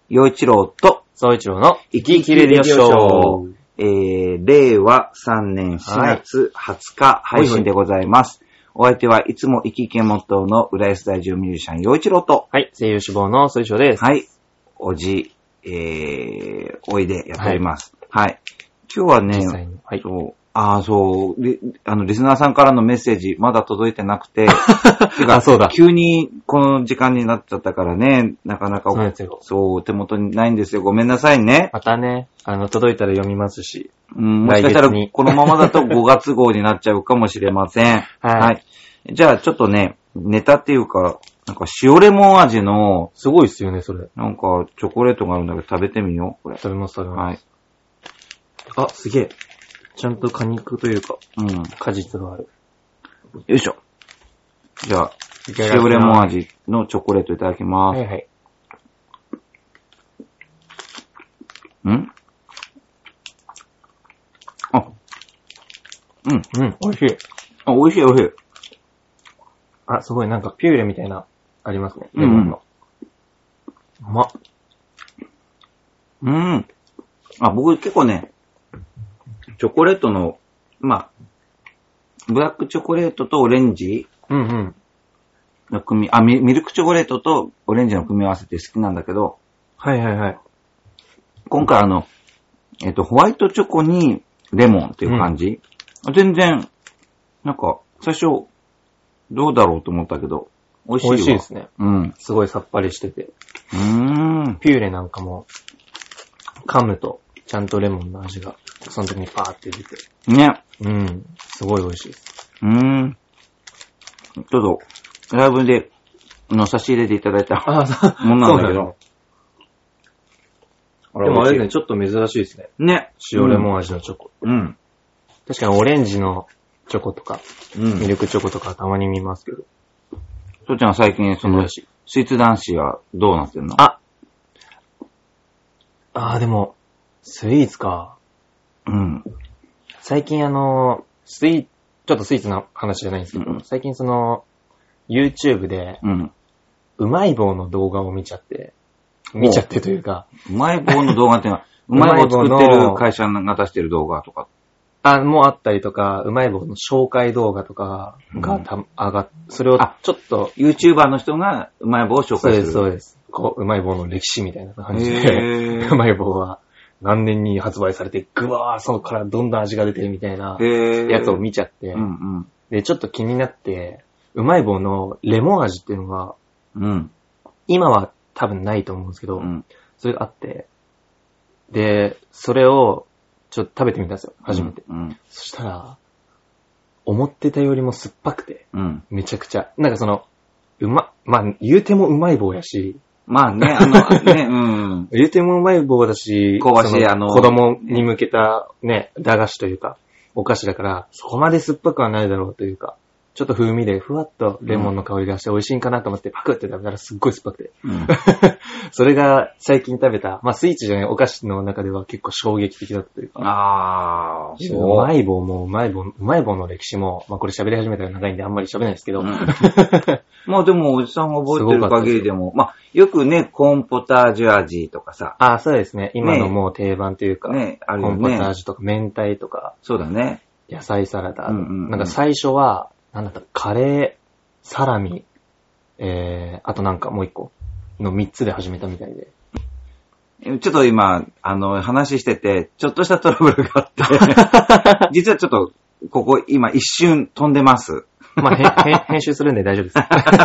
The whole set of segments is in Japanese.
陽一郎と、 総一郎の生き生きレディオショー。令和3年4月20日配信でございます。お相手はいつも生き生きモットーの浦安在住ミュージシャン陽一郎と、 はい、声優志望の総一郎です。 はい、おいでやっております。はい。今日はね、 はい、 リスナーさんからのメッセージまだ届いてなくて、 そうだ。 急にこの時間になっちゃったからね、なかなか手元にないんですよ。ごめんなさいね。 またね、届いたら読みますし。 もしかしたらこのままだと5月号になっちゃうかもしれません。はい。じゃあちょっとね、ネタっていうか、なんか塩レモン味の、 すごいっすよね、それ。 なんかチョコレートがあるんだけど食べてみよう、これ。 食べます。 はい。 あ、すげえ。ちゃんと果肉というか、果実がある。 よいしょ。じゃあ、塩レモン味のチョコレートいただきます。 はいはい。美味しい。 美味しい。 あ、すごい、なんかピューレみたいな、ありますね。レモンの。うまっ。 僕結構ね、チョコレートの、ブラックチョコレートとオレンジのミルクチョコレートとオレンジの組み合わせて好きなんだけど、 はいはいはい。 今回ホワイトチョコにレモンっていう感じ、全然、なんか、最初、どうだろうと思ったけど、美味しいわ。 美味しいですね。すごいさっぱりしてて。ピューレなんかも、噛むと、ちゃんとレモンの味が、その時にパーって出て。 ね。 すごい美味しいです。 ちょっと、ライブで、差し入れていただいたもんなんだけど。 でもあれね、ちょっと珍しいですね。 ね。 塩レモン味のチョコ。確かにオレンジのチョコとか、ミルクチョコとかたまに見ますけど。 そうちゃん最近スイーツ男子はどうなってんの？ でも、スイーツか。最近ちょっとスイーツの話じゃないんですけど、最近YouTube で、うまい棒の動画を見ちゃってというか。 うまい棒の動画っていうのは、うまい棒作ってる会社が出してる動画とか。 もうあったりとか、うまい棒の紹介動画とかが上がっ、それをちょっと、 YouTuber の人がうまい棒を紹介する。 そうです。うまい棒の歴史みたいな感じで、うまい棒は何年に発売されて、そこからどんどん味が出てるみたいなやつを見ちゃって、で、ちょっと気になって、うまい棒のレモン味っていうのが、今は多分ないと思うんですけど、それがあって、で、それをちょっと食べてみたんですよ、初めて。そしたら、思ってたよりも酸っぱくて、めちゃくちゃ。なんか言うてもうまい棒やし、言うてもうまい棒だし、 香ばしい子供に向けたね、駄菓子というか、お菓子だから、そこまで酸っぱくはないだろうというか、ちょっと風味でふわっとレモンの香りがして美味しいんかなと思ってパクって食べたらすっごい酸っぱくて。それが最近食べた、スイーツじゃないお菓子の中では結構衝撃的だったというか。うまい棒もうまい棒の歴史も、これ喋り始めたら長いんであんまり喋れないですけど。 でもおじさんが覚えてる限りでも、よくね、コーンポタージュ味とかさ。 そうですね。今のもう定番というか、 あるよね。 コーンポタージュとか明太とか。 そうだね。 野菜サラダ。なんか最初は、カレー、サラミ、あとなんかもう一個の3つで始めたみたいで。 ちょっと今、話してて、ちょっとしたトラブルがあって、実はちょっと、ここ今一瞬飛んでます。 編集するんで大丈夫です。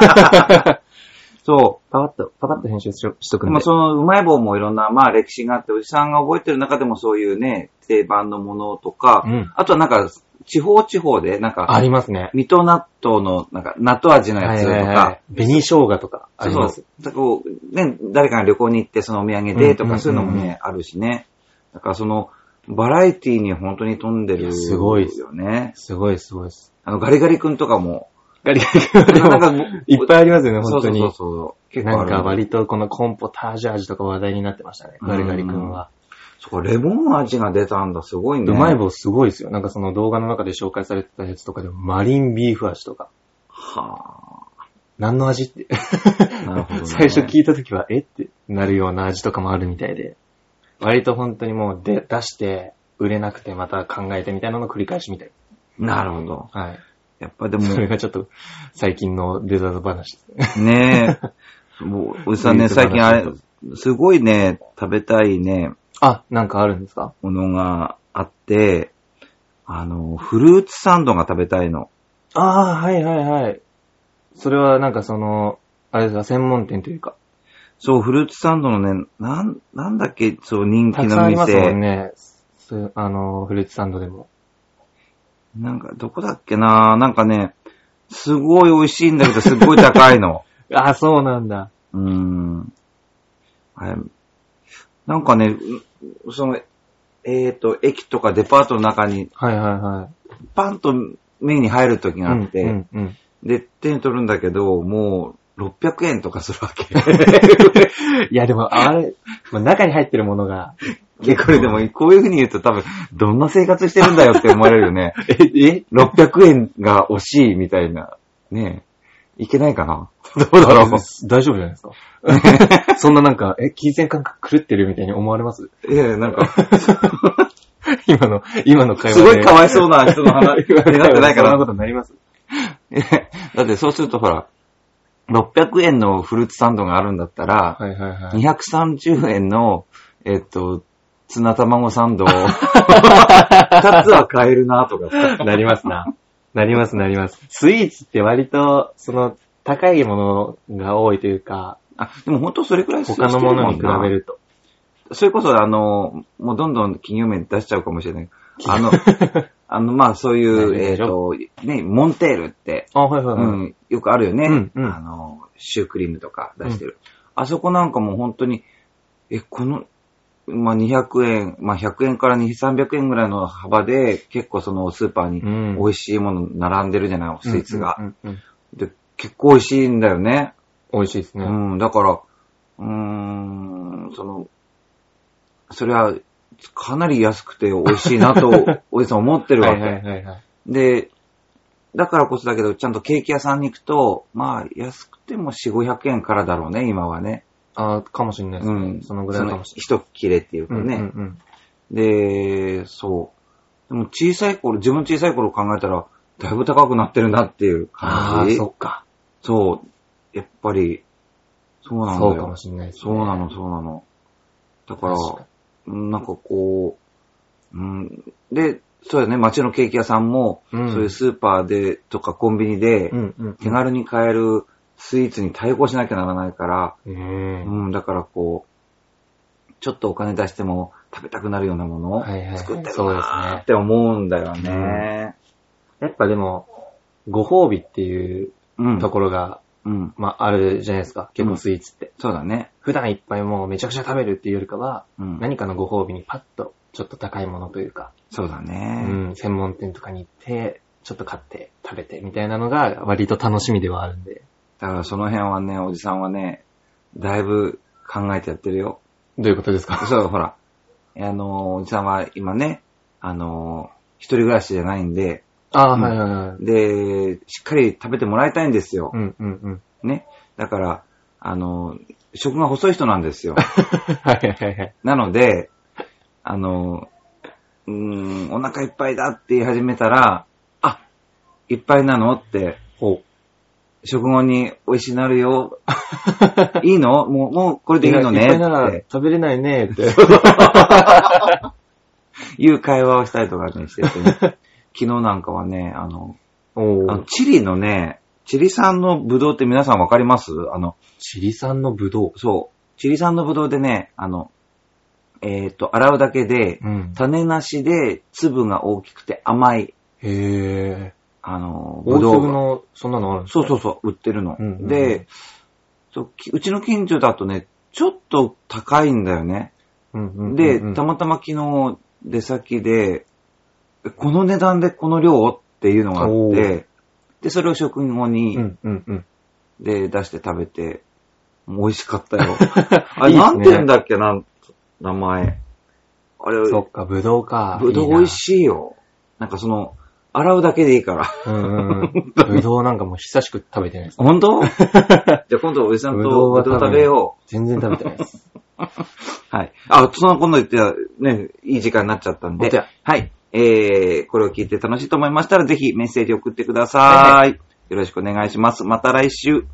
そう。 パパッと編集しとくんで。 うまい棒もいろんな、歴史があって、おじさんが覚えてる中でもそういうね、定番のものとか、あとはなんか、地方で、なんか、 ありますね。 水戸納豆の、なんか、納豆味のやつとか、 紅生姜とかあります。 誰かが旅行に行って、そのお土産でとか、そういうのもね、あるしね。だからバラエティに本当に富んでるよね。 すごいです。すごいです。 ガリガリ君とかも。 ガリガリ君なんかいっぱいありますよね、本当に。 そう。 結構なんか割とこのコーンポタージュ味とか話題になってましたね、ガリガリ君は。 レモン味が出たんだ、すごいね。 うまい棒すごいですよ。なんかその動画の中で紹介されてたやつとかでも、マリンビーフ味とか。 何の味って。なるほどね。最初聞いたときは、ってなるような味とかもあるみたいで。割と本当にもう出して、売れなくてまた考えてみたいなのの繰り返しみたい。 なるほど。 はい。 やっぱでも。 それがちょっと最近のデザート話ですね。ねえ。もう、おじさんね、最近あれ、すごいね、食べたいね。 なんかあるんですか？ ものがあって、フルーツサンドが食べたいの。 はいはいはい。それはなんかあれですか、専門店というか。 そう、フルーツサンドのね、なんだっけ、そう、人気の店。 たくさんありますもんね。フルーツサンドでも。 なんか、どこだっけな、なんかね、すごい美味しいんだけど、すごい高いの。 そうなんだ。 なんかね、駅とかデパートの中に、 はいはいはい。 パンと目に入る時があって、で、手に取るんだけど、もう、600円とかするわけ。 いやでも、中に入ってるものが。 これでも、こういう風に言うと多分、どんな生活してるんだよって思われるよね。600円が惜しいみたいな。ねえ。いけないかな？どうだろう？ 大丈夫じゃないですか？そんななんか、金銭感覚狂ってるみたいに思われます？ いや、なんか、 今の会話すごいかわいそうな人の話になってないかな。 そんなことになります？ だってそうするとほら、600円のフルーツサンドがあるんだったら、230円の、ツナ卵サンドを、2つは買えるなとか。 なりますな。なります。スイーツって割と、高いものが多いというか、 でも本当それくらい他のものに比べると。 それこそもうどんどん企業名出しちゃうかもしれない。まあそういう、モンテールって、よくあるよね。シュークリームとか出してる。あそこなんかも本当に、200円、100円から200、300円ぐらいの幅で、結構スーパーに美味しいもの並んでるじゃない、スイーツが。で、結構美味しいんだよね。 美味しいですね。 だから、それは、かなり安くて美味しいなと、おじさん思ってるわけ。で、だからこそだけど、ちゃんとケーキ屋さんに行くと、安くても4、500円からだろうね、今はね。 かもしれないですね。そのぐらいかもしれない。 一切れっていうかね。で、そう。でも自分小さい頃考えたら、だいぶ高くなってるなっていう感じ。 そっか。 そう。やっぱり、そうなんだよ。 そうかもしれないですね。 そうなの。だから、なんかこう、で、そうだね、街のケーキ屋さんも、そういうスーパーでとかコンビニで、手軽に買えるスイーツに対抗しなきゃならないから、だからこう、ちょっとお金出しても食べたくなるようなものを作ってるなって思うんだよね。 やっぱでも、ご褒美っていうところが、あるじゃないですか、結構スイーツって。 そうだね。 普段いっぱいもうめちゃくちゃ食べるっていうよりかは、何かのご褒美にパッとちょっと高いものというか。 そうだね。 専門店とかに行って、ちょっと買って食べてみたいなのが割と楽しみではあるんで。 だからその辺はね、おじさんはね、だいぶ考えてやってるよ。 どういうことですか？ そう、ほら。おじさんは今ね、一人暮らしじゃないんで、で、しっかり食べてもらいたいんですよ。ね。だから、食が細い人なんですよ。なので、お腹いっぱいだって言い始めたら、いっぱいなのって、食後に美味しくなるよ。いいの？もうこれでいいのねって。 いっぱいなら食べれないねって。 いう会話をしたりとかねしてて、ね、昨日なんかはね、チリのね、チリ産のブドウって皆さんわかります？ チリ産のブドウ？ そう。チリ産のブドウでね、洗うだけで、種なしで粒が大きくて甘い。 へー。 ブドウの、そんなのあるんですか？ そう、売ってるの。で、うちの近所だとね、ちょっと高いんだよね。で、たまたま昨日出先で、この値段でこの量っていうのがあって、で、それを食後に、で、出して食べて、美味しかったよ。あれ、なんて言うんだっけな、名前。あれ、 そっか、ぶどうか。 ぶどう美味しいよ。なんか洗うだけでいいから。 ぶどうなんかもう久しく食べてないです。 本当？じゃあ今度おじさんとぶどう食べよう。 全然食べてないです。 はい。その今度言ってね、いい時間になっちゃったんで。はい。これを聞いて楽しいと思いましたら、ぜひメッセージ送ってください。よろしくお願いします。また来週。